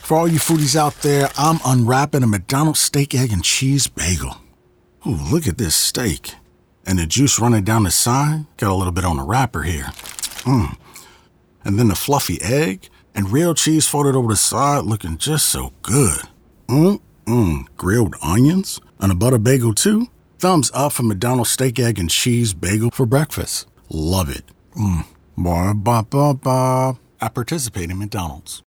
For all you foodies out there, I'm unwrapping a McDonald's steak, egg, and cheese bagel. Ooh, look at this steak. And the juice running down the side. Got a little bit on the wrapper here. And then the fluffy egg and real cheese folded over the side, looking just so good. Grilled onions and a butter bagel too. Thumbs up for McDonald's steak, egg, and cheese bagel for breakfast. Love it. Ba-ba-ba-ba. I participate in McDonald's.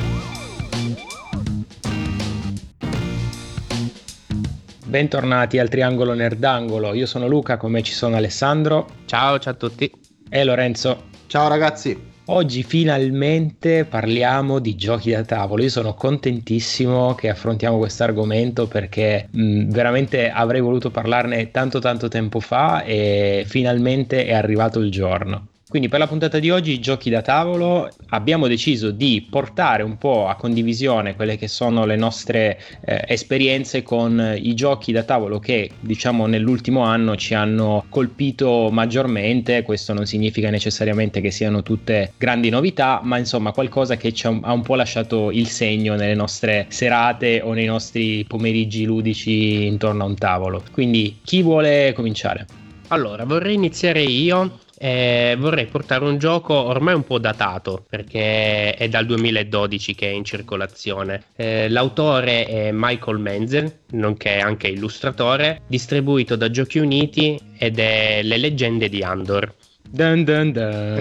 Bentornati al Triangolo Nerdangolo. Io sono Luca, con me ci sono Alessandro. Ciao a tutti. E Lorenzo. Ciao ragazzi. Oggi finalmente parliamo di giochi da tavolo. Io sono contentissimo che affrontiamo questo argomento perché veramente avrei voluto parlarne tanto tempo fa e finalmente è arrivato il giorno. Quindi per la puntata di oggi, giochi da tavolo, abbiamo deciso di portare un po' a condivisione quelle che sono le nostre esperienze con i giochi da tavolo che, diciamo, nell'ultimo anno ci hanno colpito maggiormente. Questo non significa necessariamente che siano tutte grandi novità, ma insomma qualcosa che ci ha un po' lasciato il segno nelle nostre serate o nei nostri pomeriggi ludici intorno a un tavolo. Quindi chi vuole cominciare? Allora, vorrei iniziare io. Vorrei portare un gioco ormai un po' datato perché è dal 2012 che è in circolazione. L'autore è Michael Menzel, nonché anche illustratore, distribuito da Giochi Uniti ed è Le leggende di Andor. Dun dun dun.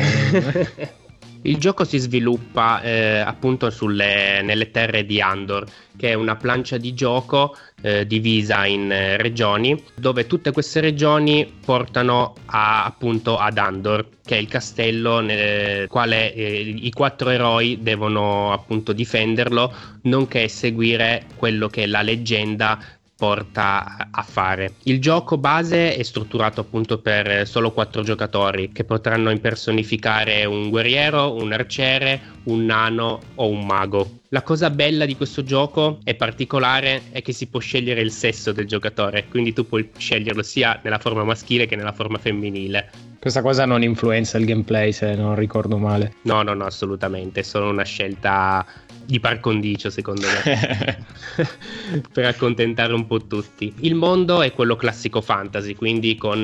Il gioco si sviluppa appunto nelle terre di Andor, che è una plancia di gioco divisa in regioni, dove tutte queste regioni portano appunto ad Andor, che è il castello nel quale i 4 eroi devono appunto difenderlo, nonché seguire quello che la leggenda porta a fare. Il gioco base è strutturato appunto per solo 4 giocatori che potranno impersonificare un guerriero, un arciere, un nano o un mago. La cosa bella di questo gioco è particolare è che si può scegliere il sesso del giocatore, quindi tu puoi sceglierlo sia nella forma maschile che nella forma femminile. Questa cosa non influenza il gameplay, se non ricordo male. No, assolutamente, è solo una scelta di par condicio, secondo me, per accontentare un po' tutti. Il mondo è quello classico fantasy, quindi con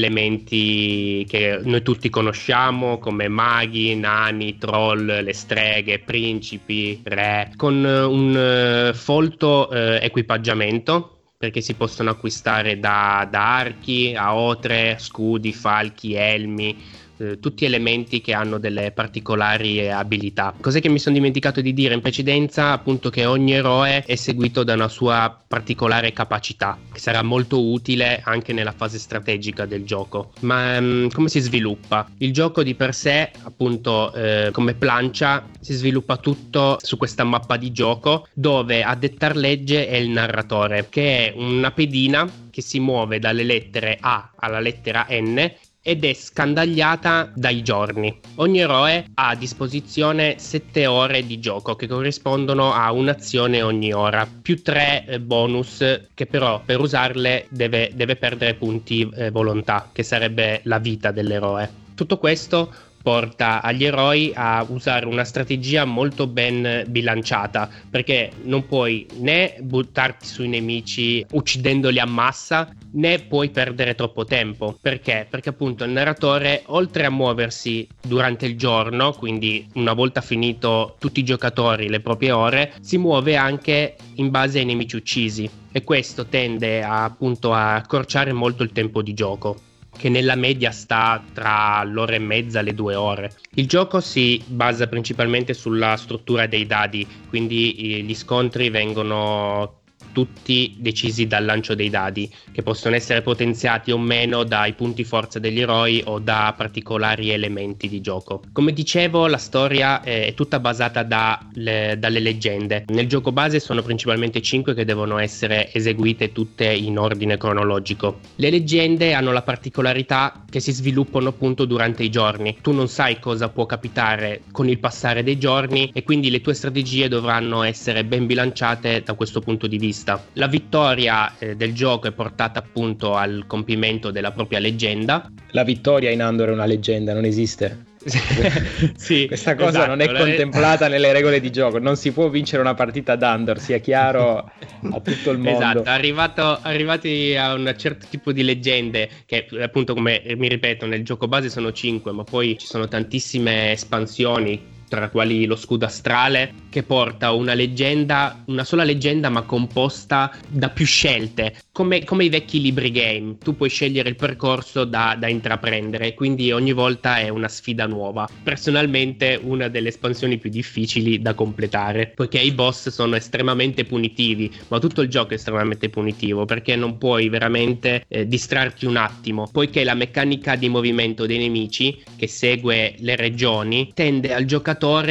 elementi che noi tutti conosciamo come maghi, nani, troll, le streghe, principi, re, con un folto equipaggiamento, perché si possono acquistare da archi a otre, scudi, falchi, elmi, tutti elementi che hanno delle particolari abilità. Cos'è che mi sono dimenticato di dire in precedenza? Appunto che ogni eroe è seguito da una sua particolare capacità, che sarà molto utile anche nella fase strategica del gioco. Ma come si sviluppa? Il gioco di per sé, appunto, come plancia, si sviluppa tutto su questa mappa di gioco, dove a dettar legge è il narratore, che è una pedina che si muove dalle lettere A alla lettera N ed è scandagliata dai giorni. Ogni eroe ha a disposizione 7 ore di gioco che corrispondono a un'azione ogni ora, più 3 bonus che però per usarle deve perdere punti volontà, che sarebbe la vita dell'eroe. Tutto questo porta agli eroi a usare una strategia molto ben bilanciata, perché non puoi né buttarti sui nemici uccidendoli a massa, né puoi perdere troppo tempo. Perché? Perché appunto il narratore, oltre a muoversi durante il giorno, quindi una volta finito tutti i giocatori le proprie ore, si muove anche in base ai nemici uccisi, e questo tende appunto a accorciare molto il tempo di gioco, che nella media sta tra l'ora e mezza e le 2 ore. Il gioco si basa principalmente sulla struttura dei dadi, quindi gli scontri vengono tutti decisi dal lancio dei dadi, che possono essere potenziati o meno dai punti forza degli eroi o da particolari elementi di gioco. Come dicevo, la storia è tutta basata dalle leggende. Nel gioco base sono principalmente 5 che devono essere eseguite tutte in ordine cronologico. Le leggende hanno la particolarità che si sviluppano appunto durante i giorni. Tu non sai cosa può capitare con il passare dei giorni e quindi le tue strategie dovranno essere ben bilanciate da questo punto di vista. La vittoria del gioco è portata appunto al compimento della propria leggenda. La vittoria in Andor è una leggenda, non esiste? Sì, questa cosa esatto, non è contemplata nelle regole di gioco, non si può vincere una partita d'Andor, sia chiaro a tutto il mondo. Esatto, arrivati a un certo tipo di leggende, che appunto, come mi ripeto, nel gioco base sono 5, ma poi ci sono tantissime espansioni, tra quali lo scudo astrale, che porta una sola leggenda ma composta da più scelte, come i vecchi libri game. Tu puoi scegliere il percorso da intraprendere, quindi ogni volta è una sfida nuova. Personalmente una delle espansioni più difficili da completare, poiché i boss sono estremamente punitivi, ma tutto il gioco è estremamente punitivo, perché non puoi veramente distrarti un attimo, poiché la meccanica di movimento dei nemici, che segue le regioni, tende al giocatore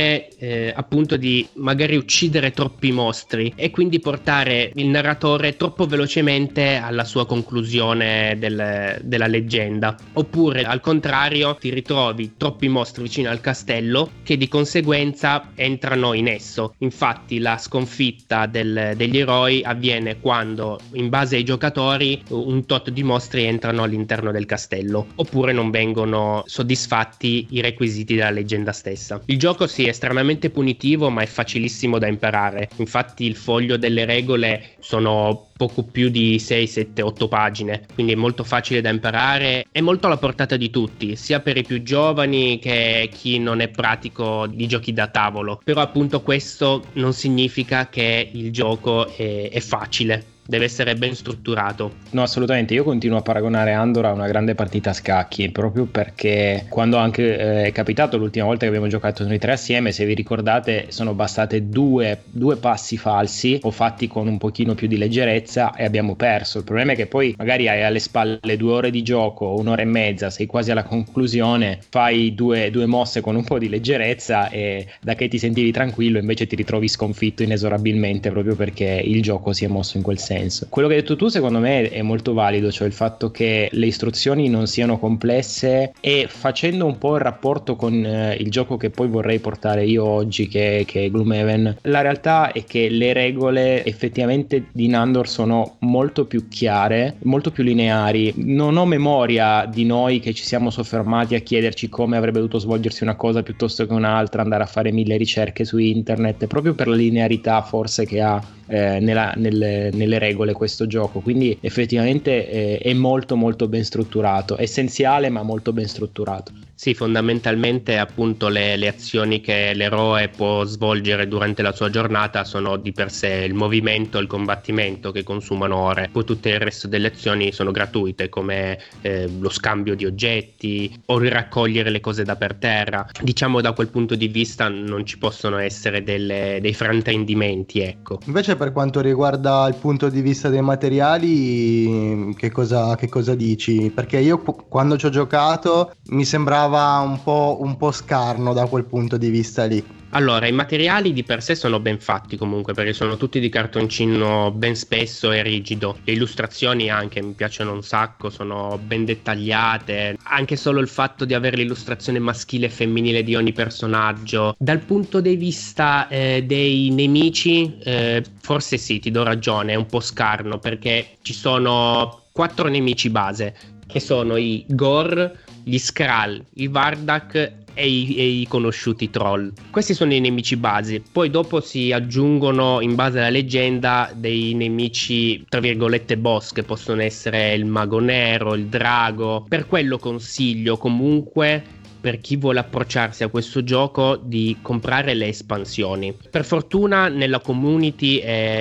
appunto di magari uccidere troppi mostri e quindi portare il narratore troppo velocemente alla sua conclusione della leggenda, oppure al contrario ti ritrovi troppi mostri vicino al castello che di conseguenza entrano in esso. Infatti la sconfitta degli eroi avviene quando, in base ai giocatori, un tot di mostri entrano all'interno del castello, oppure non vengono soddisfatti i requisiti della leggenda stessa. Il gioco sì, è estremamente punitivo, ma è facilissimo da imparare. Infatti il foglio delle regole sono poco più di 6, 7, 8 pagine, quindi è molto facile da imparare, è molto alla portata di tutti, sia per i più giovani che chi non è pratico di giochi da tavolo. Però appunto questo non significa che il gioco è facile. Deve essere ben strutturato. No, assolutamente, io continuo a paragonare Andor a una grande partita a scacchi, proprio perché quando anche è capitato l'ultima volta che abbiamo giocato noi tre assieme, se vi ricordate, sono bastate due passi falsi o fatti con un pochino più di leggerezza e abbiamo perso. Il problema è che poi magari hai alle spalle 2 ore di gioco, 1 ora e mezza, sei quasi alla conclusione, fai due mosse con un po' di leggerezza e da che ti sentivi tranquillo invece ti ritrovi sconfitto inesorabilmente, proprio perché il gioco si è mosso in quel senso. Quello che hai detto tu secondo me è molto valido, cioè il fatto che le istruzioni non siano complesse, e facendo un po' il rapporto con il gioco che poi vorrei portare io oggi, che è Gloomhaven, la realtà è che le regole effettivamente di Nandor sono molto più chiare, molto più lineari. Non ho memoria di noi che ci siamo soffermati a chiederci come avrebbe dovuto svolgersi una cosa piuttosto che un'altra, andare a fare 1000 ricerche su internet, proprio per la linearità forse che ha nelle regole questo gioco. Quindi effettivamente è molto molto ben strutturato, essenziale ma molto ben strutturato. Sì, fondamentalmente appunto le azioni che l'eroe può svolgere durante la sua giornata sono di per sé il movimento e il combattimento, che consumano ore. Poi tutto il resto delle azioni sono gratuite, come lo scambio di oggetti o il raccogliere le cose da per terra. Diciamo, da quel punto di vista non ci possono essere dei fraintendimenti, ecco. Invece per quanto riguarda il punto di vista dei materiali, che cosa dici? Perché io quando ci ho giocato mi sembrava un po' scarno da quel punto di vista lì. Allora, i materiali di per sé sono ben fatti comunque, perché sono tutti di cartoncino ben spesso e rigido. Le illustrazioni anche mi piacciono un sacco, sono ben dettagliate. Anche solo il fatto di avere l'illustrazione maschile e femminile di ogni personaggio. Dal punto di vista dei nemici, forse sì, ti do ragione, è un po' scarno, perché ci sono 4 nemici base, che sono i Gor, gli Skrull, i Vardak e i conosciuti troll. Questi sono i nemici base. Poi dopo si aggiungono, in base alla leggenda, dei nemici tra virgolette boss, che possono essere il mago nero, il drago. Per quello consiglio comunque, per chi vuole approcciarsi a questo gioco, di comprare le espansioni. Per fortuna nella community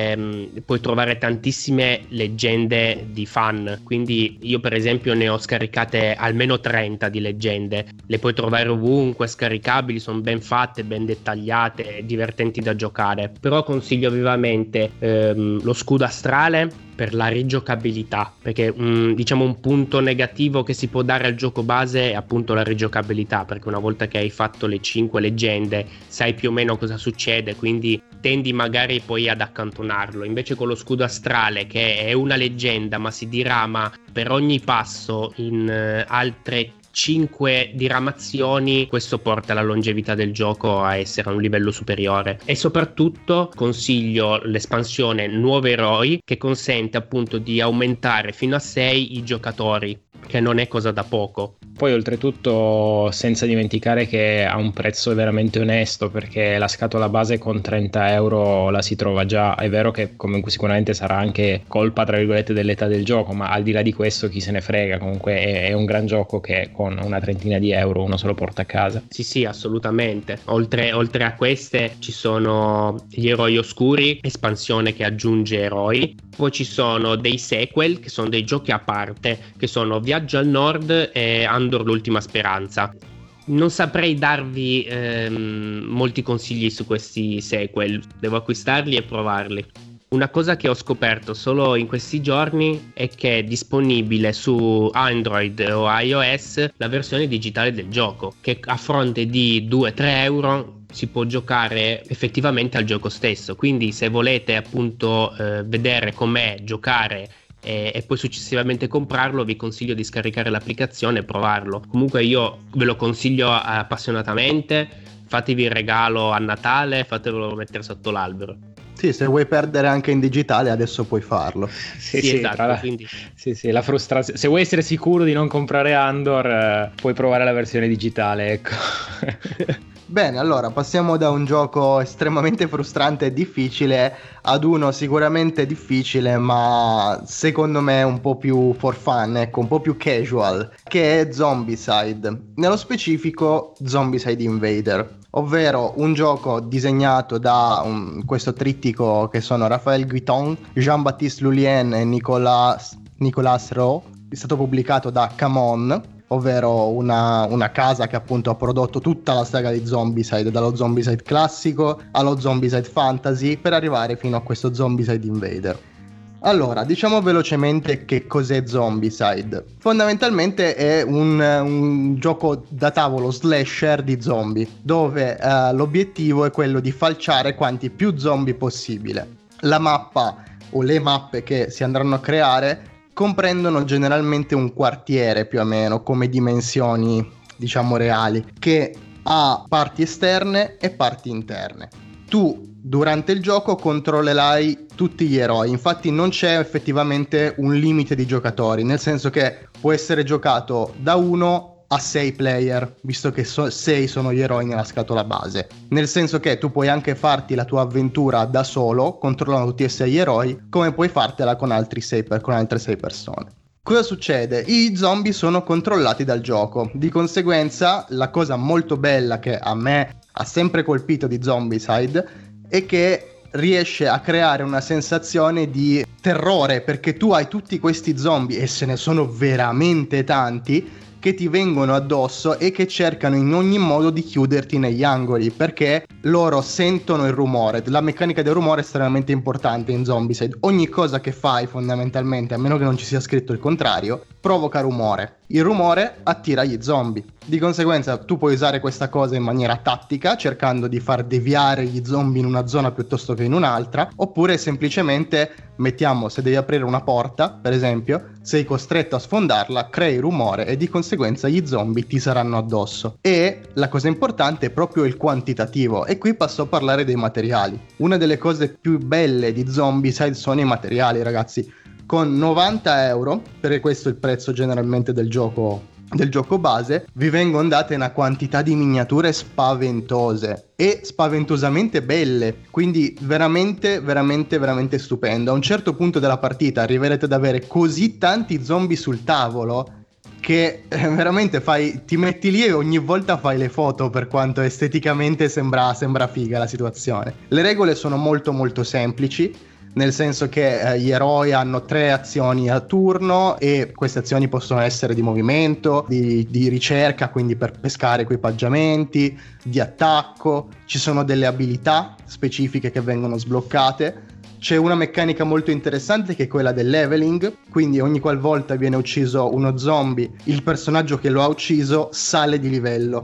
puoi trovare tantissime leggende di fan, quindi io per esempio ne ho scaricate almeno 30 di leggende. Le puoi trovare ovunque, scaricabili, sono ben fatte, ben dettagliate, divertenti da giocare. Però consiglio vivamente lo scudo astrale per la rigiocabilità, perché diciamo un punto negativo che si può dare al gioco base è appunto la rigiocabilità, perché una volta che hai fatto le 5 leggende sai più o meno cosa succede, quindi tendi magari poi ad accantonarlo. Invece con lo scudo astrale, che è una leggenda ma si dirama per ogni passo in altre 5 diramazioni, questo porta la longevità del gioco a essere a un livello superiore. E soprattutto consiglio l'espansione Nuovi Eroi, che consente appunto di aumentare fino a 6 i giocatori, che non è cosa da poco. Poi oltretutto senza dimenticare che ha un prezzo veramente onesto, perché la scatola base con 30 euro la si trova già. È vero che comunque sicuramente sarà anche colpa tra virgolette dell'età del gioco, ma al di là di questo chi se ne frega, comunque è un gran gioco che con una trentina di euro uno se lo porta a casa. Sì, assolutamente. Oltre a queste ci sono gli eroi oscuri, espansione che aggiunge eroi. Poi ci sono dei sequel che sono dei giochi a parte, che sono Viaggio al Nord e Andor l'ultima speranza. Non saprei darvi molti consigli su questi sequel, devo acquistarli e provarli. Una cosa che ho scoperto solo in questi giorni è che è disponibile su Android o iOS la versione digitale del gioco, che a fronte di 2-3 euro si può giocare effettivamente al gioco stesso. Quindi se volete appunto vedere com'è giocare e poi successivamente comprarlo, vi consiglio di scaricare l'applicazione e provarlo. Comunque io ve lo consiglio appassionatamente, fatevi il regalo a Natale, fatevelo mettere sotto l'albero. Sì, se vuoi perdere anche in digitale adesso puoi farlo. Sì, esatto, quindi... sì, la frustrazione. Se vuoi essere sicuro di non comprare Andor, puoi provare la versione digitale, ecco. Bene, allora passiamo da un gioco estremamente frustrante e difficile ad uno sicuramente difficile, ma secondo me un po' più for fun, ecco, un po' più casual, che è Zombicide. Nello specifico Zombicide Invader, ovvero un gioco disegnato da questo trittico che sono Raphaël Guiton, Jean-Baptiste Lulien e Nicolas Rowe. È stato pubblicato da Come On, ovvero una casa che appunto ha prodotto tutta la saga di Zombicide, dallo Zombicide classico allo Zombicide Fantasy, per arrivare fino a questo Zombicide Invader. Allora, diciamo velocemente che cos'è Zombicide. Fondamentalmente è un gioco da tavolo slasher di zombie, dove l'obiettivo è quello di falciare quanti più zombie possibile. La mappa o le mappe che si andranno a creare comprendono generalmente un quartiere più o meno come dimensioni, diciamo, reali, che ha parti esterne e parti interne. Tu durante il gioco controllerai tutti gli eroi, infatti non c'è effettivamente un limite di giocatori, nel senso che può essere giocato da 1 a 6 player, visto che 6 sono gli eroi nella scatola base, nel senso che tu puoi anche farti la tua avventura da solo controllando tutti e 6 gli eroi, come puoi fartela con altre 6 persone. Cosa succede? I zombie sono controllati dal gioco, di conseguenza la cosa molto bella che a me ha sempre colpito di Zombicide è che riesce a creare una sensazione di terrore, perché tu hai tutti questi zombie, e se ne sono veramente tanti, che ti vengono addosso e che cercano in ogni modo di chiuderti negli angoli, perché loro sentono il rumore. La meccanica del rumore è estremamente importante in Zombicide. Ogni cosa che fai fondamentalmente, a meno che non ci sia scritto il contrario, provoca rumore. Il rumore attira gli zombie. Di conseguenza tu puoi usare questa cosa in maniera tattica, cercando di far deviare gli zombie in una zona piuttosto che in un'altra, oppure semplicemente, mettiamo, se devi aprire una porta, per esempio, sei costretto a sfondarla, crei rumore e di conseguenza gli zombie ti saranno addosso. E la cosa importante è proprio il quantitativo, e qui passo a parlare dei materiali. Una delle cose più belle di Zombicide sono i materiali, ragazzi. Con 90 euro, perché questo è il prezzo generalmente del gioco base, vi vengono date una quantità di miniature spaventose e spaventosamente belle, quindi veramente stupendo. A un certo punto della partita arriverete ad avere così tanti zombie sul tavolo che veramente ti metti lì e ogni volta fai le foto, per quanto esteticamente sembra figa la situazione. Le regole sono molto semplici, nel senso che gli eroi hanno 3 azioni a turno, e queste azioni possono essere di movimento, di ricerca, quindi per pescare equipaggiamenti, di attacco. Ci sono delle abilità specifiche che vengono sbloccate. C'è una meccanica molto interessante che è quella del leveling, quindi ogni qualvolta viene ucciso uno zombie, il personaggio che lo ha ucciso sale di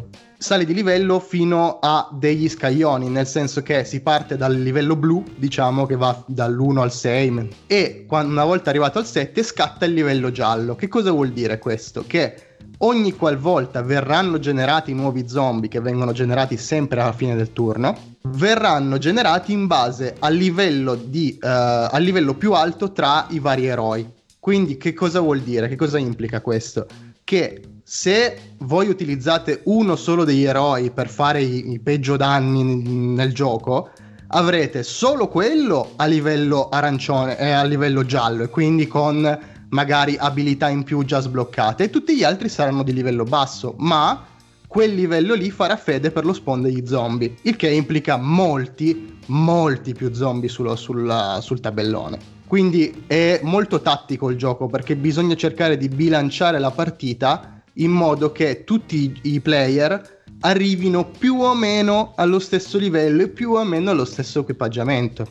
livello fino a degli scaglioni, nel senso che si parte dal livello blu, diciamo, che va dall'1 al 6, e una volta arrivato al 7 scatta il livello giallo. Che cosa vuol dire questo? Che ogni qualvolta verranno generati nuovi zombie, che vengono generati sempre alla fine del turno, verranno generati in base al livello più alto tra i vari eroi. Quindi che cosa vuol dire? Che cosa implica questo? Che se voi utilizzate uno solo degli eroi per fare i peggio danni nel gioco, avrete solo quello a livello arancione e a livello giallo, e quindi con magari abilità in più già sbloccate, e tutti gli altri saranno di livello basso, ma quel livello lì farà fede per lo spawn degli zombie, il che implica molti più zombie sul tabellone. Quindi è molto tattico il gioco, perché bisogna cercare di bilanciare la partita in modo che tutti i player arrivino più o meno allo stesso livello e più o meno allo stesso equipaggiamento.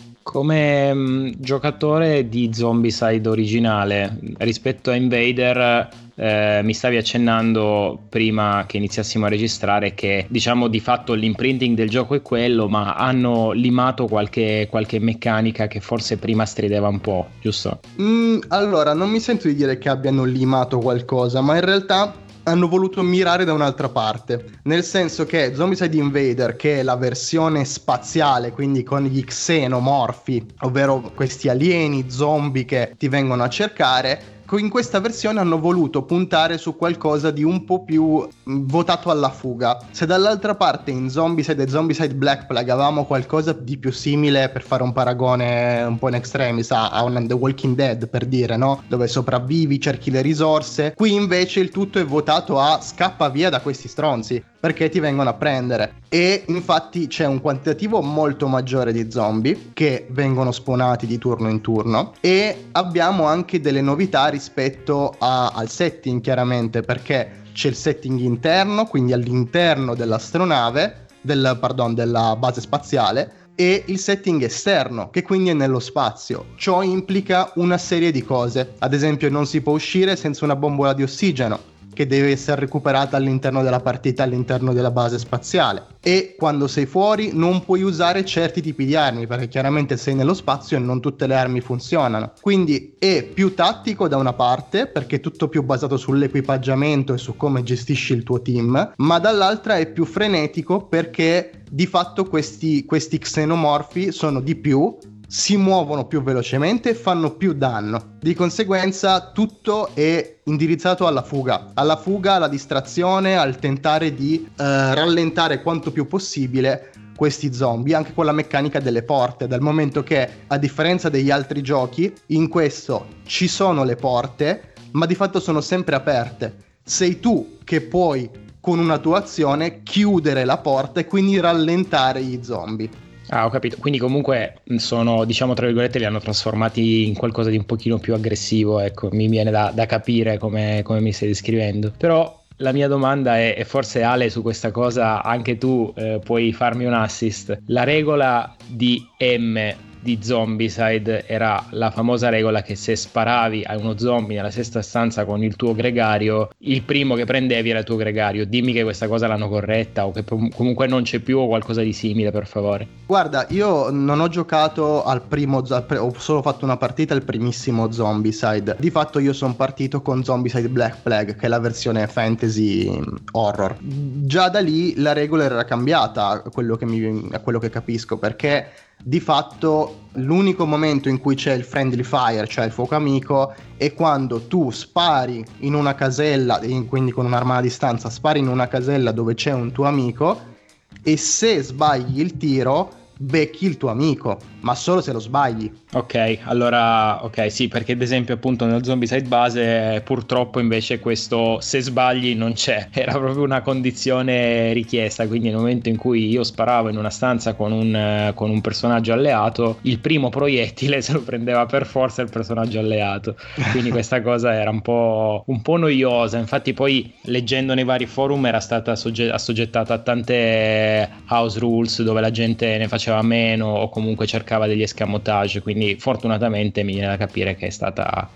Come giocatore di Zombicide originale rispetto a Invader, mi stavi accennando prima che iniziassimo a registrare che diciamo di fatto l'imprinting del gioco è quello, ma hanno limato qualche meccanica che forse prima strideva un po', giusto? Allora, non mi sento di dire che abbiano limato qualcosa, ma in realtà hanno voluto mirare da un'altra parte, nel senso che Zombicide Invader, che è la versione spaziale, quindi con gli xenomorfi, ovvero questi alieni zombie che ti vengono a cercare, in questa versione hanno voluto puntare su qualcosa di un po' più votato alla fuga. Se dall'altra parte in Zombicide e Zombicide Black Plague avevamo qualcosa di più simile, per fare un paragone un po' in extremis, a un The Walking Dead, per dire, no? Dove sopravvivi, cerchi le risorse, qui invece il tutto è votato a scappa via da questi stronzi, perché ti vengono a prendere. E infatti c'è un quantitativo molto maggiore di zombie che vengono spawnati di turno in turno, e abbiamo anche delle novità rispetto al setting, chiaramente, perché c'è il setting interno, quindi all'interno dell'astronave, della base spaziale, e il setting esterno, che quindi è nello spazio. Ciò implica una serie di cose. Ad esempio, non si può uscire senza una bombola di ossigeno, che deve essere recuperata all'interno della partita, all'interno della base spaziale. E quando sei fuori non puoi usare certi tipi di armi, perché chiaramente sei nello spazio e non tutte le armi funzionano. Quindi è più tattico da una parte, perché è tutto più basato sull'equipaggiamento e su come gestisci il tuo team, ma dall'altra è più frenetico, perché di fatto questi xenomorfi sono di più, si muovono più velocemente e fanno più danno. Di conseguenza tutto è indirizzato alla fuga, alla distrazione, al tentare di rallentare quanto più possibile questi zombie, anche con la meccanica delle porte, dal momento che, a differenza degli altri giochi, in questo ci sono le porte, ma di fatto sono sempre aperte. Sei tu che puoi, con una tua azione, chiudere la porta e quindi rallentare gli zombie. Ah, ho capito. Quindi comunque sono, diciamo, tra virgolette, li hanno trasformati in qualcosa di un pochino più aggressivo, ecco, mi viene da capire come mi stai descrivendo. Però la mia domanda è, e forse Ale su questa cosa anche tu puoi farmi un assist, la regola di M di Zombicide era la famosa regola che se sparavi a uno zombie nella stessa stanza con il tuo gregario, il primo che prendevi era il tuo gregario. Dimmi che questa cosa l'hanno corretta o che comunque non c'è più o qualcosa di simile, per favore. Guarda, io non ho giocato al primo, ho solo fatto una partita al primissimo Zombicide. Di fatto io sono partito con Zombicide Black Plague, che è la versione fantasy horror. Già da lì la regola era cambiata, a quello che capisco, perché di fatto l'unico momento in cui c'è il friendly fire, cioè il fuoco amico, è quando tu spari in una casella, quindi con un'arma a distanza spari in una casella dove c'è un tuo amico, e se sbagli il tiro becchi il tuo amico, ma solo se lo sbagli. Ok, allora, ok, sì, perché ad esempio appunto nel Zombicide base purtroppo invece questo se sbagli non c'è, era proprio una condizione richiesta, quindi nel momento in cui io sparavo in una stanza con un personaggio alleato, il primo proiettile se lo prendeva per forza il personaggio alleato, quindi questa cosa era un po' noiosa. Infatti poi leggendo nei vari forum era stata assoggettata a tante house rules dove la gente ne faceva meno o comunque cercava degli escamotage, quindi fortunatamente mi viene da capire che è stata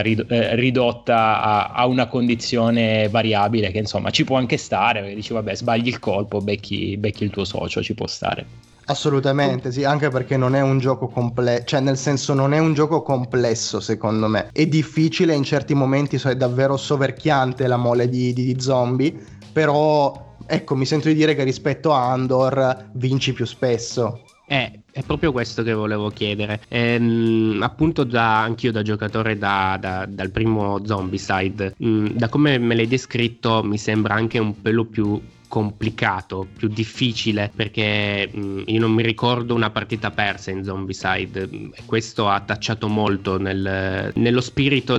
ridotta a una condizione variabile che insomma ci può anche stare, perché dici vabbè, sbagli il colpo, becchi il tuo socio, ci può stare. Assolutamente sì, anche perché non è un gioco complesso, cioè nel senso non è un gioco complesso, secondo me è difficile in certi momenti, è davvero soverchiante la mole di zombie, però ecco, mi sento di dire che rispetto a Andor vinci più spesso. È proprio questo che volevo chiedere. Appunto, anch'io da giocatore dal primo Zombicide, da come me l'hai descritto, mi sembra anche un pelo più complicato, più difficile, perché io non mi ricordo una partita persa in Zombicide, e questo ha tacciato molto nello spirito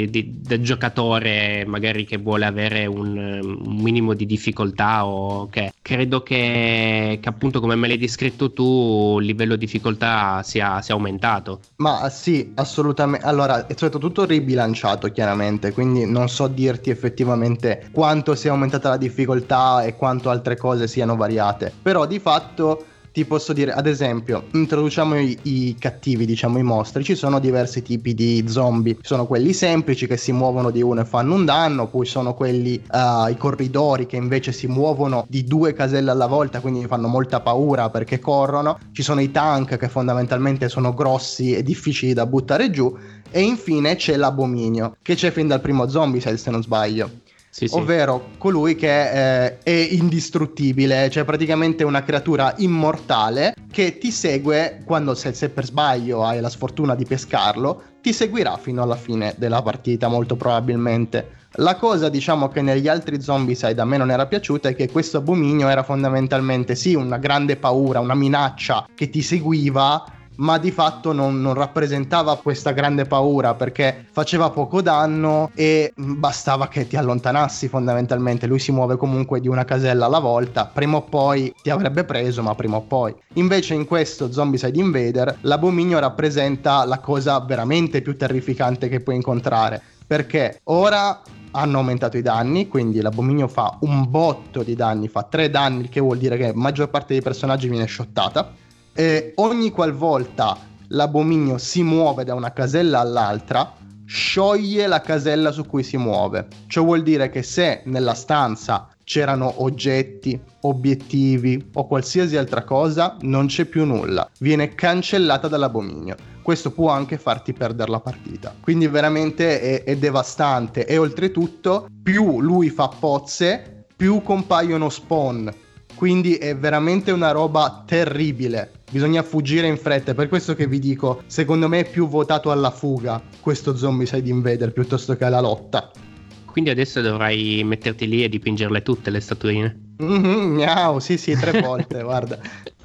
del giocatore magari che vuole avere un minimo di difficoltà, o che credo che appunto, come me l'hai descritto tu, il livello di difficoltà sia aumentato. Ma sì, assolutamente. Allora, è stato tutto ribilanciato chiaramente, quindi non so dirti effettivamente quanto sia aumentata la difficoltà e quanto altre cose siano variate, però di fatto ti posso dire, ad esempio, introduciamo i cattivi, diciamo i mostri. Ci sono diversi tipi di zombie. Ci sono quelli semplici che si muovono di uno e fanno un danno, poi sono quelli i corridori che invece si muovono di 2 caselle alla volta, quindi fanno molta paura perché corrono. Ci sono i tank che fondamentalmente sono grossi e difficili da buttare giù, e infine c'è l'abominio, che c'è fin dal primo Zombicide, se non sbaglio. Sì. Ovvero colui che è indistruttibile, cioè praticamente una creatura immortale che ti segue quando, se per sbaglio hai la sfortuna di pescarlo, ti seguirà fino alla fine della partita molto probabilmente. La cosa, diciamo, che negli altri Zombicide a me non era piaciuta è che questo abominio era fondamentalmente sì una grande paura, una minaccia che ti seguiva, ma di fatto non rappresentava questa grande paura, perché faceva poco danno e bastava che ti allontanassi fondamentalmente. Lui si muove comunque di una casella alla volta, prima o poi ti avrebbe preso, ma prima o poi. Invece in questo Zombicide Invader l'abominio rappresenta la cosa veramente più terrificante che puoi incontrare, perché ora hanno aumentato i danni, quindi l'abominio fa un botto di danni, fa 3 danni, il che vuol dire che la maggior parte dei personaggi viene shottata. E ogni qualvolta l'abominio si muove da una casella all'altra, scioglie la casella su cui si muove. Ciò vuol dire che se nella stanza c'erano oggetti, obiettivi o qualsiasi altra cosa, non c'è più nulla, viene cancellata dall'abominio. Questo può anche farti perdere la partita, quindi veramente è devastante. E oltretutto, più lui fa pozze, più compaiono spawn, quindi è veramente una roba terribile. Bisogna fuggire in fretta. È per questo che vi dico, secondo me è più votato alla fuga questo Zombicide Invader piuttosto che alla lotta. Quindi adesso dovrai metterti lì e dipingerle tutte le statuine. Miau, sì, 3 volte, guarda.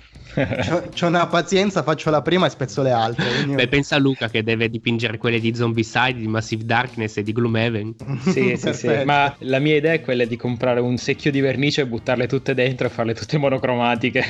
C'ho una pazienza, faccio la prima e spezzo le altre. Quindi... Beh, pensa a Luca che deve dipingere quelle di Zombicide, di Massive Darkness e di Gloomhaven. Sì, ma la mia idea è quella di comprare un secchio di vernice e buttarle tutte dentro e farle tutte monocromatiche.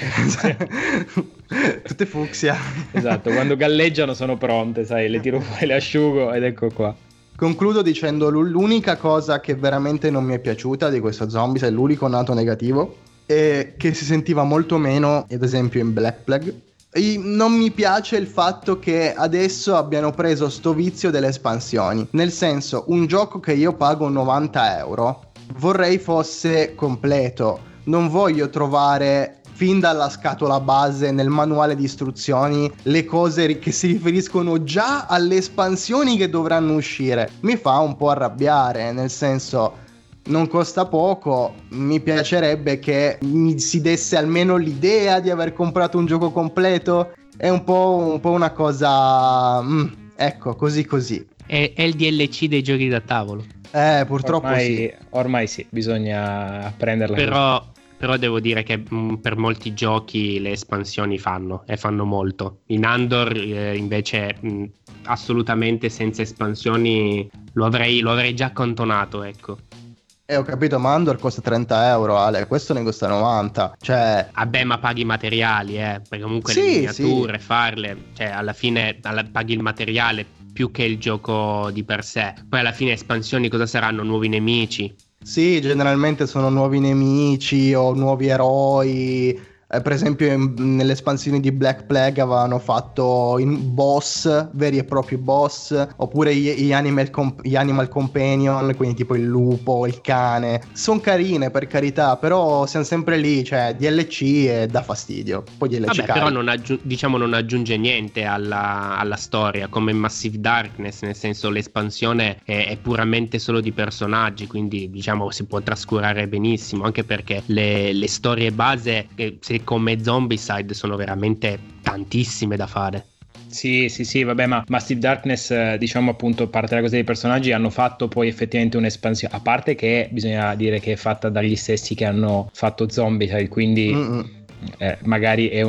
Tutte fucsia. Esatto, quando galleggiano sono pronte, sai, le tiro fuori, le asciugo ed ecco qua. Concludo dicendo l'unica cosa che veramente non mi è piaciuta di questo Zombicide, l'unico nato negativo, e che si sentiva molto meno, ad esempio in Black Plague. Non mi piace il fatto che adesso abbiano preso sto vizio delle espansioni, nel senso, un gioco che io pago 90 euro vorrei fosse completo. Non voglio trovare fin dalla scatola base nel manuale di istruzioni le cose che si riferiscono già alle espansioni che dovranno uscire. Mi fa un po' arrabbiare, nel senso, non costa poco, mi piacerebbe che mi si desse almeno l'idea di aver comprato un gioco completo. È un po' una cosa ecco, così. È il DLC dei giochi da tavolo. Purtroppo ormai sì, bisogna prenderla. Però devo dire che per molti giochi le espansioni fanno molto. In Andor invece assolutamente senza espansioni lo avrei già accantonato, ecco. Ho capito, ma Andor costa 30 euro, Ale, questo ne costa 90, cioè... Vabbè, ma paghi i materiali, perché comunque le miniature, farle, cioè alla fine paghi il materiale più che il gioco di per sé. Poi alla fine espansioni cosa saranno? Nuovi nemici? Sì, generalmente sono nuovi nemici o nuovi eroi. Per esempio nelle espansioni di Black Plague avevano fatto boss, veri e propri boss, oppure gli animal companion, quindi tipo il lupo, il cane. Sono carine, per carità, però siamo sempre lì, cioè DLC e dà fastidio. Poi DLC però non aggiunge niente alla storia, come in Massive Darkness, nel senso l'espansione è puramente solo di personaggi, quindi diciamo si può trascurare benissimo, anche perché le storie base, se come Zombicide sono veramente tantissime da fare. Sì, vabbè, ma Massive Darkness, diciamo appunto, a parte la cosa dei personaggi, hanno fatto poi effettivamente un'espansione, a parte che bisogna dire che è fatta dagli stessi che hanno fatto Zombicide, quindi magari è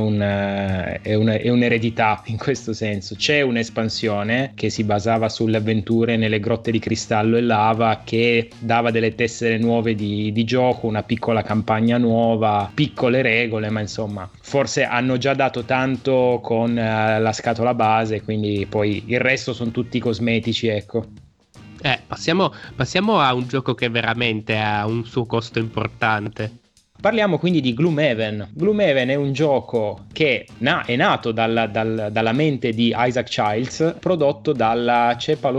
un'eredità in questo senso. C'è un'espansione che si basava sulle avventure nelle grotte di cristallo e lava, che dava delle tessere nuove di gioco, una piccola campagna nuova, piccole regole, ma insomma forse hanno già dato tanto con la scatola base, quindi poi il resto sono tutti cosmetici, ecco. Passiamo a un gioco che veramente ha un suo costo importante. Parliamo quindi di Gloomhaven. Gloomhaven è un gioco che è nato dalla mente di Isaac Childs, prodotto dalla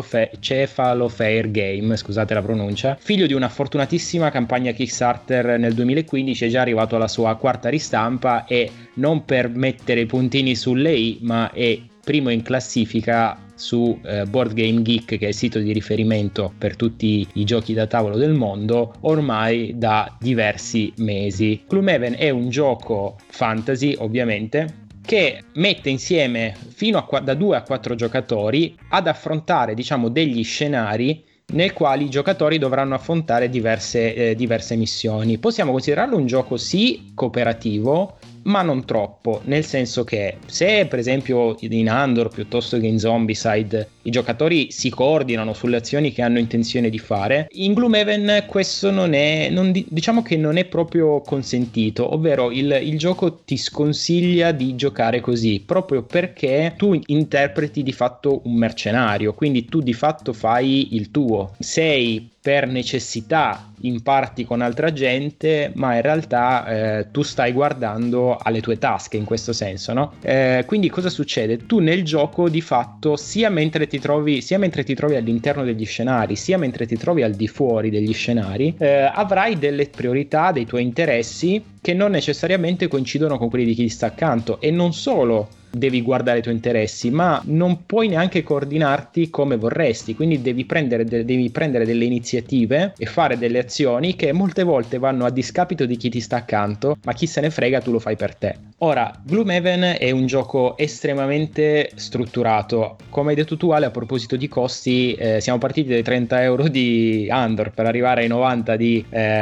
Cephalofair Game, scusate la pronuncia, figlio di una fortunatissima campagna Kickstarter nel 2015, è già arrivato alla sua quarta ristampa e, non per mettere i puntini sulle i, ma è primo in classifica su Board Game Geek, che è il sito di riferimento per tutti i giochi da tavolo del mondo, ormai da diversi mesi. Gloomhaven è un gioco fantasy, ovviamente, che mette insieme da 2 a 4 giocatori ad affrontare, diciamo, degli scenari nel quali i giocatori dovranno affrontare diverse missioni. Possiamo considerarlo un gioco sì cooperativo, ma non troppo, nel senso che se per esempio in Andor piuttosto che in Zombicide i giocatori si coordinano sulle azioni che hanno intenzione di fare, in Gloomhaven questo diciamo che non è proprio consentito, ovvero il gioco ti sconsiglia di giocare così, proprio perché tu interpreti di fatto un mercenario, quindi tu di fatto fai il tuo, sei per necessità imparti con altra gente, ma in realtà tu stai guardando alle tue tasche in questo senso, no? Quindi cosa succede? Tu nel gioco di fatto sia mentre ti trovi all'interno degli scenari, sia mentre ti trovi al di fuori degli scenari, avrai delle priorità, dei tuoi interessi che non necessariamente coincidono con quelli di chi ti sta accanto, e non solo devi guardare i tuoi interessi, ma non puoi neanche coordinarti come vorresti, quindi devi prendere delle iniziative e fare delle azioni che molte volte vanno a discapito di chi ti sta accanto, ma chi se ne frega, tu lo fai per te. Ora, Gloomhaven è un gioco estremamente strutturato, come hai detto tu Ale, a proposito di costi, siamo partiti dai 30 euro di Andor per arrivare ai 90 di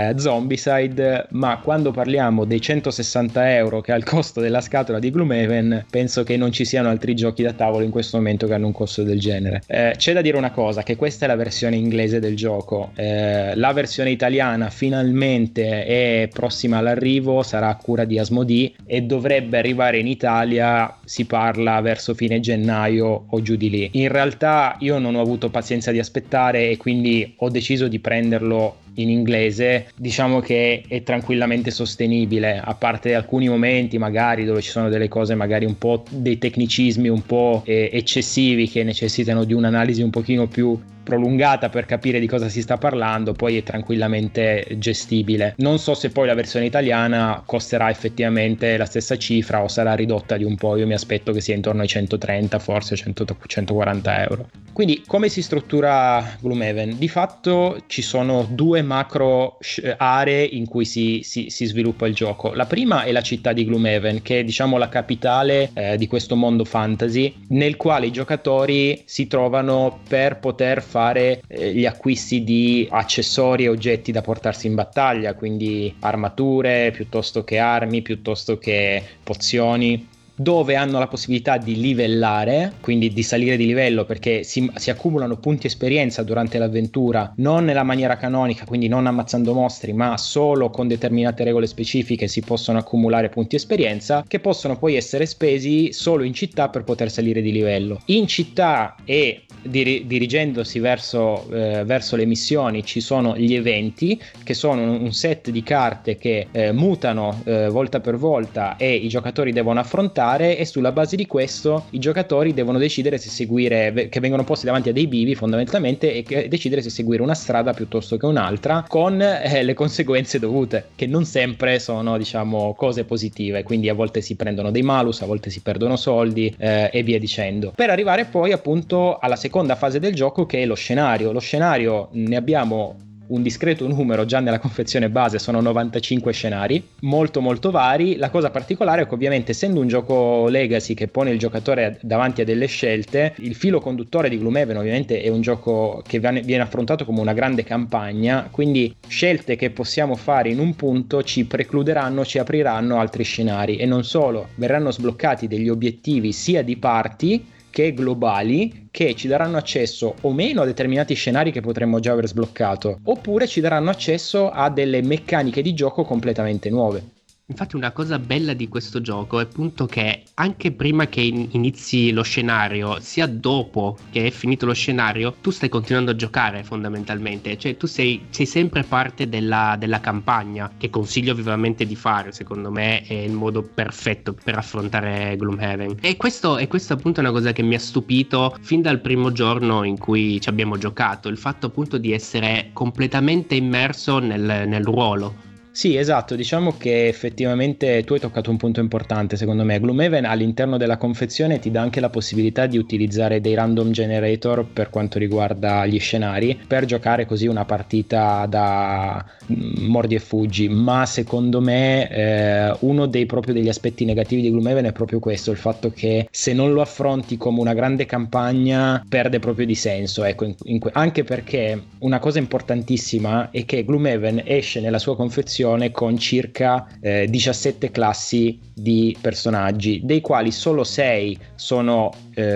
Zombicide, ma quando parliamo dei 160 euro che ha il costo della scatola di Gloomhaven, penso che non ci siano altri giochi da tavolo in questo momento che hanno un costo del genere. C'è da dire una cosa, che questa è la versione inglese del gioco, la versione italiana finalmente è prossima all'arrivo, sarà a cura di Asmodee e dovrebbe arrivare in Italia, si parla verso fine gennaio o giù di lì. In realtà io non ho avuto pazienza di aspettare e quindi ho deciso di prenderlo in inglese. Diciamo che è tranquillamente sostenibile, a parte alcuni momenti magari dove ci sono delle cose, magari un po' dei tecnicismi un po' eccessivi che necessitano di un'analisi un pochino più prolungata per capire di cosa si sta parlando, poi è tranquillamente gestibile. Non so se poi la versione italiana costerà effettivamente la stessa cifra o sarà ridotta di un po', io mi aspetto che sia intorno ai 130, forse 140 euro. Quindi come si struttura Gloomhaven? Di fatto ci sono 2 macro aree in cui si sviluppa il gioco. La prima è la città di Gloomhaven, che è diciamo la capitale di questo mondo fantasy, nel quale i giocatori si trovano per poter fare gli acquisti di accessori e oggetti da portarsi in battaglia, quindi armature piuttosto che armi, piuttosto che pozioni, dove hanno la possibilità di livellare, quindi di salire di livello, perché si accumulano punti esperienza durante l'avventura, non nella maniera canonica, quindi non ammazzando mostri, ma solo con determinate regole specifiche si possono accumulare punti esperienza che possono poi essere spesi solo in città per poter salire di livello. In città e dirigendosi verso le missioni ci sono gli eventi, che sono un set di carte che mutano volta per volta e i giocatori devono affrontare, e sulla base di questo i giocatori devono decidere se seguire, che vengono posti davanti a dei bivi fondamentalmente, e decidere se seguire una strada piuttosto che un'altra, con le conseguenze dovute, che non sempre sono diciamo cose positive, quindi a volte si prendono dei malus, a volte si perdono soldi e via dicendo, per arrivare poi appunto alla seconda fase del gioco, che è lo scenario. Lo scenario ne abbiamo un discreto numero già nella confezione base, sono 95 scenari, molto molto vari. La cosa particolare è che ovviamente, essendo un gioco legacy che pone il giocatore davanti a delle scelte, il filo conduttore di Gloomhaven ovviamente è un gioco che viene affrontato come una grande campagna, quindi scelte che possiamo fare in un punto ci precluderanno, ci apriranno altri scenari, e non solo, verranno sbloccati degli obiettivi sia di party che globali, che ci daranno accesso o meno a determinati scenari che potremmo già aver sbloccato, oppure ci daranno accesso a delle meccaniche di gioco completamente nuove. Infatti una cosa bella di questo gioco è appunto che anche prima che inizi lo scenario, sia dopo che è finito lo scenario, tu stai continuando a giocare fondamentalmente, cioè tu sei sempre parte della campagna, che consiglio vivamente di fare. Secondo me è il modo perfetto per affrontare Gloomhaven, e questo appunto è una cosa che mi ha stupito fin dal primo giorno in cui ci abbiamo giocato, il fatto appunto di essere completamente immerso nel ruolo. Sì, esatto, diciamo che effettivamente tu hai toccato un punto importante. Secondo me Gloomhaven all'interno della confezione ti dà anche la possibilità di utilizzare dei random generator per quanto riguarda gli scenari, per giocare così una partita da mordi e fuggi, ma secondo me uno degli aspetti negativi di Gloomhaven è proprio questo, il fatto che se non lo affronti come una grande campagna perde proprio di senso, ecco, anche perché una cosa importantissima è che Gloomhaven esce nella sua confezione con circa 17 classi di personaggi, dei quali solo 6 sono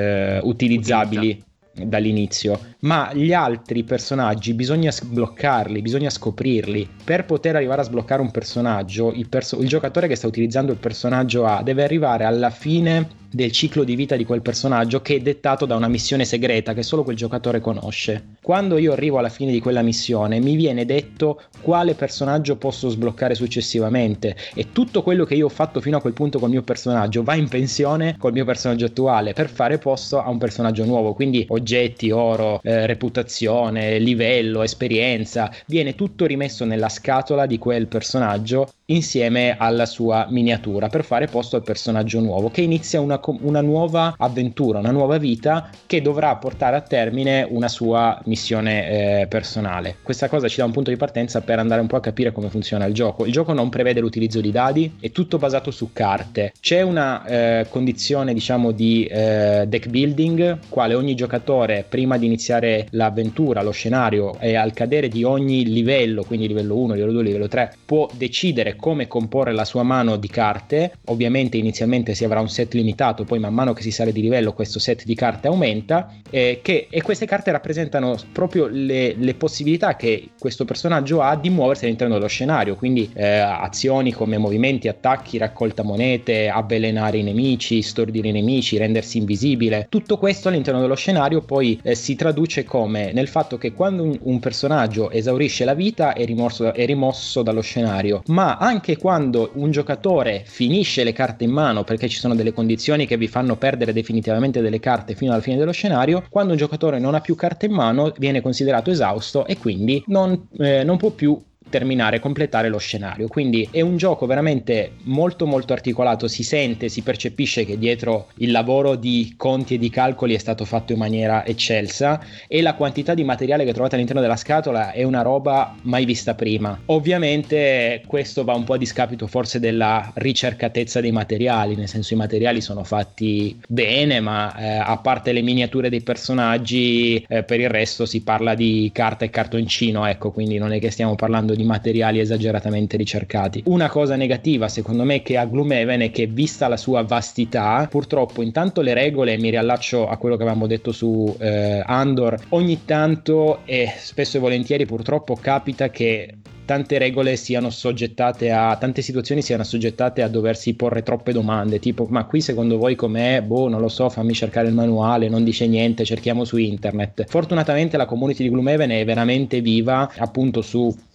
utilizzabili dall'inizio, ma gli altri personaggi bisogna sbloccarli, bisogna scoprirli. Per poter arrivare a sbloccare un personaggio, il giocatore che sta utilizzando il personaggio A deve arrivare alla fine del ciclo di vita di quel personaggio, che è dettato da una missione segreta che solo quel giocatore conosce. Quando io arrivo alla fine di quella missione mi viene detto quale personaggio posso sbloccare successivamente, e tutto quello che io ho fatto fino a quel punto col mio personaggio va in pensione col mio personaggio attuale per fare posto a un personaggio nuovo, quindi oggetti, oro, reputazione, livello, esperienza, viene tutto rimesso nella scatola di quel personaggio insieme alla sua miniatura per fare posto al personaggio nuovo, che inizia una nuova avventura, una nuova vita, che dovrà portare a termine una sua missione personale. Questa cosa ci dà un punto di partenza per andare un po' a capire come funziona il gioco. Il gioco non prevede l'utilizzo di dadi, è tutto basato su carte. C'è una condizione, diciamo, di deck building, quale ogni giocatore prima di iniziare l'avventura, lo scenario, e al cadere di ogni livello, quindi livello 1, livello 2, livello 3, può decidere come comporre la sua mano di carte. Ovviamente inizialmente si avrà un set limitato, poi man mano che si sale di livello questo set di carte aumenta, e queste carte rappresentano proprio le possibilità che questo personaggio ha di muoversi all'interno dello scenario, quindi azioni come movimenti, attacchi, raccolta monete, avvelenare i nemici, stordire i nemici, rendersi invisibile. Tutto questo all'interno dello scenario poi si traduce come nel fatto che quando un personaggio esaurisce la vita è rimosso dallo scenario, ma anche quando un giocatore finisce le carte in mano, perché ci sono delle condizioni che vi fanno perdere definitivamente delle carte fino alla fine dello scenario, quando un giocatore non ha più carte in mano viene considerato esausto e quindi non può più completare lo scenario. Quindi è un gioco veramente molto molto articolato, si percepisce che dietro il lavoro di conti e di calcoli è stato fatto in maniera eccelsa, e la quantità di materiale che trovate all'interno della scatola è una roba mai vista prima. Ovviamente questo va un po' a discapito forse della ricercatezza dei materiali, nel senso i materiali sono fatti bene, ma a parte le miniature dei personaggi, per il resto si parla di carta e cartoncino, ecco, quindi non è che stiamo parlando di materiali esageratamente ricercati. Una cosa negativa secondo me che ha Gloomhaven è che, vista la sua vastità, purtroppo intanto le regole, mi riallaccio a quello che avevamo detto su Andor, ogni tanto e spesso e volentieri purtroppo capita che tante regole siano assoggettate tante situazioni siano assoggettate a doversi porre troppe domande, tipo: ma qui secondo voi com'è? Boh, non lo so, fammi cercare il manuale, non dice niente, cerchiamo su internet. Fortunatamente la community di Gloomhaven è veramente viva, appunto, su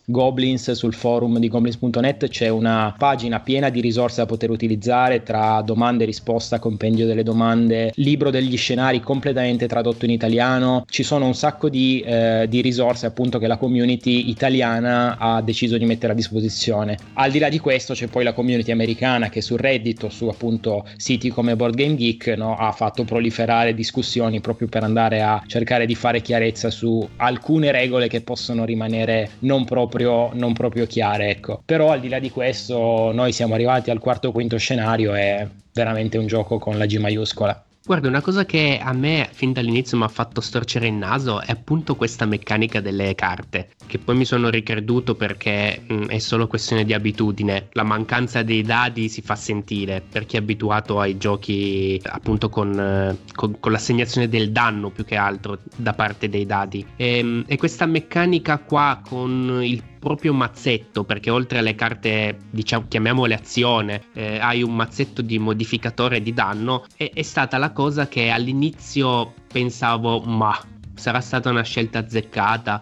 Goblins, sul forum di goblins.net c'è una pagina piena di risorse da poter utilizzare, tra domande e risposta, compendio delle domande, libro degli scenari completamente tradotto in italiano. Ci sono un sacco di risorse appunto che la community italiana ha deciso di mettere a disposizione. Al di là di questo c'è poi la community americana che su Reddit o su appunto siti come Board Game Geek, no, ha fatto proliferare discussioni proprio per andare a cercare di fare chiarezza su alcune regole che possono rimanere non proprio chiare, ecco. Però al di là di questo noi siamo arrivati al quarto o quinto scenario, è veramente un gioco con la G maiuscola. Guarda, una cosa che a me fin dall'inizio mi ha fatto storcere il naso è appunto questa meccanica delle carte, che poi mi sono ricreduto perché è solo questione di abitudine. La mancanza dei dadi si fa sentire per chi è abituato ai giochi appunto con l'assegnazione del danno più che altro da parte dei dadi. E questa meccanica qua con il proprio mazzetto, perché oltre alle carte, diciamo, chiamiamole azione, hai un mazzetto di modificatore di danno, è stata la cosa che all'inizio pensavo ma sarà stata una scelta azzeccata.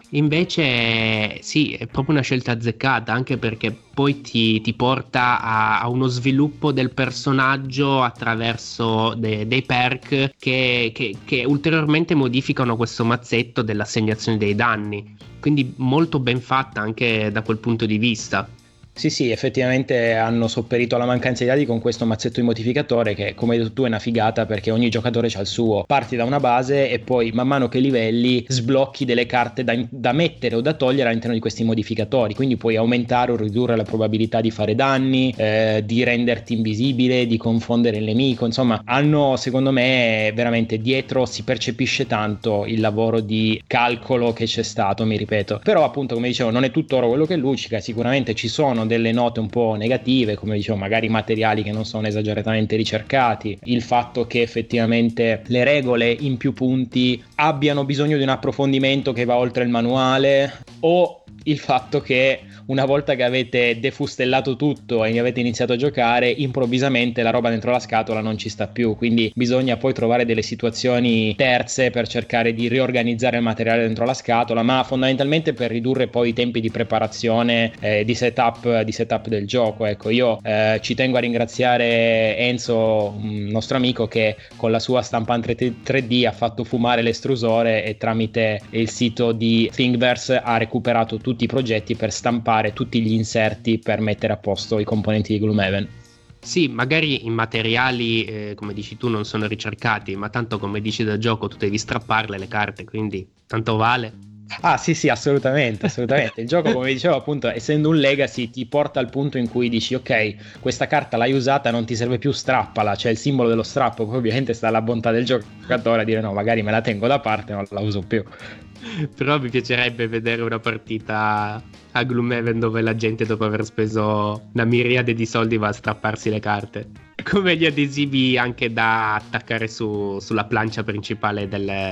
Invece sì, è proprio una scelta azzeccata, anche perché poi ti porta a uno sviluppo del personaggio attraverso dei perk che ulteriormente modificano questo mazzetto dell'assegnazione dei danni. Quindi molto ben fatta anche da quel punto di vista. Sì, effettivamente hanno sopperito alla mancanza di dadi con questo mazzetto di modificatore che, come hai detto tu, è una figata perché ogni giocatore c'ha il suo. Parti da una base e poi man mano che livelli sblocchi delle carte da mettere o da togliere all'interno di questi modificatori, quindi puoi aumentare o ridurre la probabilità di fare danni, di renderti invisibile, di confondere il nemico. Insomma, hanno, secondo me, veramente dietro si percepisce tanto il lavoro di calcolo che c'è stato, mi ripeto. Però appunto, come dicevo, non è tutto oro quello che luccica, sicuramente ci sono delle note un po' negative, come dicevo, magari materiali che non sono esageratamente ricercati, il fatto che effettivamente le regole in più punti abbiano bisogno di un approfondimento che va oltre il manuale, o il fatto che una volta che avete defustellato tutto e avete iniziato a giocare, improvvisamente la roba dentro la scatola non ci sta più, quindi bisogna poi trovare delle situazioni terze per cercare di riorganizzare il materiale dentro la scatola, ma fondamentalmente per ridurre poi i tempi di preparazione, di setup del gioco. Ecco, io ci tengo a ringraziare Enzo, un nostro amico, che con la sua stampante 3D ha fatto fumare l'estrusore e tramite il sito di Thingiverse ha recuperato tutti i progetti per stampare tutti gli inserti per mettere a posto i componenti di Gloomhaven. Sì, magari i materiali, come dici tu, non sono ricercati, ma tanto, come dici, da gioco tu devi strapparle le carte, quindi tanto vale. Ah sì, assolutamente. Il gioco, come dicevo, appunto, essendo un legacy, ti porta al punto in cui dici ok, questa carta l'hai usata, non ti serve più, strappala, c'è il simbolo dello strappo. Poi ovviamente sta alla bontà del giocatore a dire no, magari me la tengo da parte, non la uso più. Però mi piacerebbe vedere una partita a Gloomhaven dove la gente, dopo aver speso una miriade di soldi, va a strapparsi le carte, come gli adesivi anche da attaccare sulla plancia principale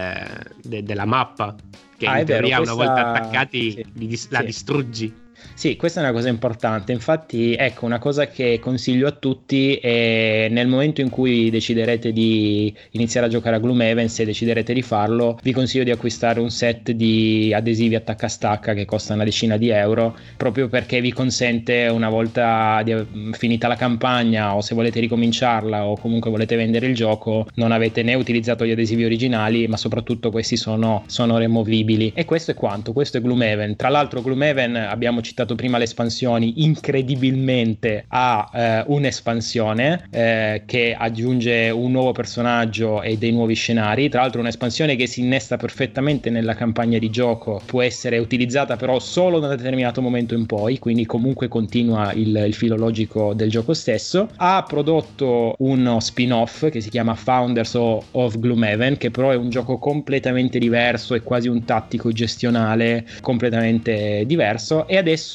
della mappa, che in teoria una volta attaccati la distruggi. Sì, questa è una cosa importante. Infatti, ecco, una cosa che consiglio a tutti è, nel momento in cui deciderete di iniziare a giocare a Gloomhaven, se deciderete di farlo, vi consiglio di acquistare un set di adesivi attacca-stacca che costa una decina di euro, proprio perché vi consente, una volta finita la campagna, o se volete ricominciarla o comunque volete vendere il gioco, non avete né utilizzato gli adesivi originali, ma soprattutto questi sono removibili. E questo è quanto, questo è Gloomhaven. Tra l'altro Gloomhaven, abbiamo citato prima le espansioni, incredibilmente ha un'espansione che aggiunge un nuovo personaggio e dei nuovi scenari. Tra l'altro un'espansione che si innesta perfettamente nella campagna di gioco, può essere utilizzata però solo da un determinato momento in poi, quindi comunque continua il filo logico del gioco stesso. Ha prodotto uno spin-off che si chiama Founders of Gloomhaven, che però è un gioco completamente diverso, è quasi un tattico gestionale completamente diverso, e adesso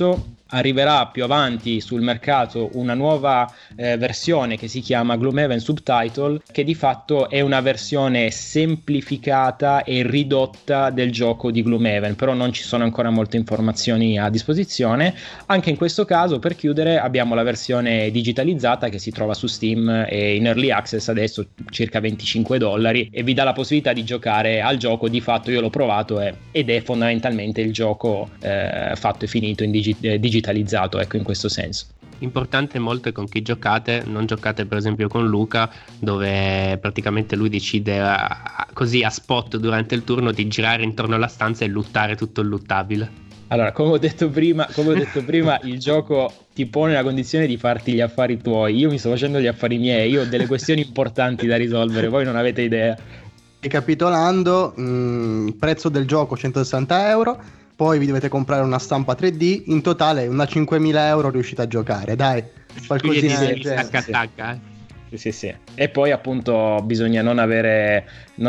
arriverà più avanti sul mercato una nuova versione che si chiama Gloomhaven Subtitle, che di fatto è una versione semplificata e ridotta del gioco di Gloomhaven, però non ci sono ancora molte informazioni a disposizione. Anche in questo caso, per chiudere, abbiamo la versione digitalizzata che si trova su Steam e in Early Access adesso circa $25, e vi dà la possibilità di giocare al gioco. Di fatto io l'ho provato ed è fondamentalmente il gioco fatto e finito in digitalizzato, ecco, in questo senso. Importante molto è con chi giocate, non giocate per esempio con Luca, dove praticamente lui decide così a spot durante il turno di girare intorno alla stanza e lootare tutto il lootabile. Allora, come ho detto prima, il gioco ti pone la condizione di farti gli affari tuoi. Io mi sto facendo gli affari miei, io ho delle questioni importanti da risolvere, voi non avete idea. Ricapitolando, prezzo del gioco €160, poi vi dovete comprare una stampa 3D, in totale una €5.000 riuscite a giocare, dai, qualcosina del genere. Sì. E poi appunto bisogna non avere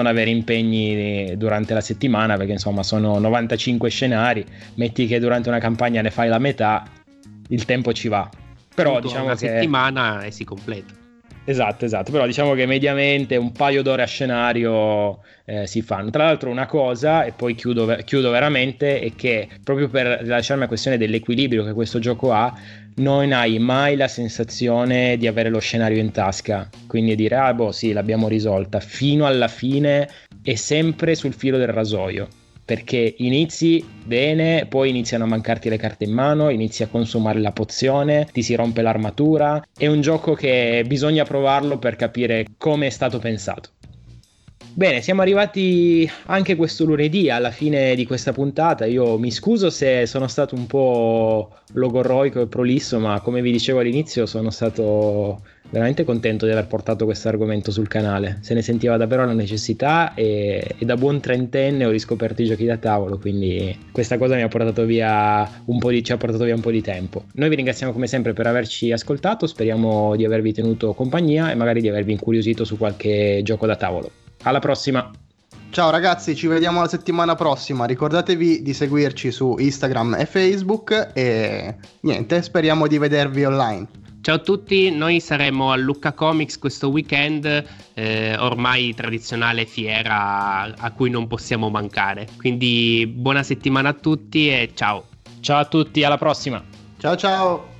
impegni durante la settimana, perché insomma sono 95 scenari, metti che durante una campagna ne fai la metà, il tempo ci va. Però diciamo una che settimana e si completa. Esatto, però diciamo che mediamente un paio d'ore a scenario si fanno. Tra l'altro una cosa, e poi chiudo veramente, è che proprio per lasciarmi la questione dell'equilibrio che questo gioco ha, non hai mai la sensazione di avere lo scenario in tasca, quindi dire sì, l'abbiamo risolta. Fino alla fine è sempre sul filo del rasoio, perché inizi bene, poi iniziano a mancarti le carte in mano, inizi a consumare la pozione, ti si rompe l'armatura. È un gioco che bisogna provarlo per capire come è stato pensato. Bene, siamo arrivati anche questo lunedì alla fine di questa puntata. Io mi scuso se sono stato un po' logorroico e prolisso, ma come vi dicevo all'inizio sono stato veramente contento di aver portato questo argomento sul canale. Se ne sentiva davvero la necessità e da buon trentenne ho riscoperto i giochi da tavolo, quindi questa cosa ci ha portato via un po' di tempo. Noi vi ringraziamo come sempre per averci ascoltato, speriamo di avervi tenuto compagnia e magari di avervi incuriosito su qualche gioco da tavolo. Alla prossima! Ciao ragazzi, ci vediamo la settimana prossima. Ricordatevi di seguirci su Instagram e Facebook e niente, speriamo di vedervi online. Ciao a tutti, noi saremo a Lucca Comics questo weekend, ormai tradizionale fiera a cui non possiamo mancare. Quindi buona settimana a tutti e ciao! Ciao a tutti, alla prossima! Ciao ciao!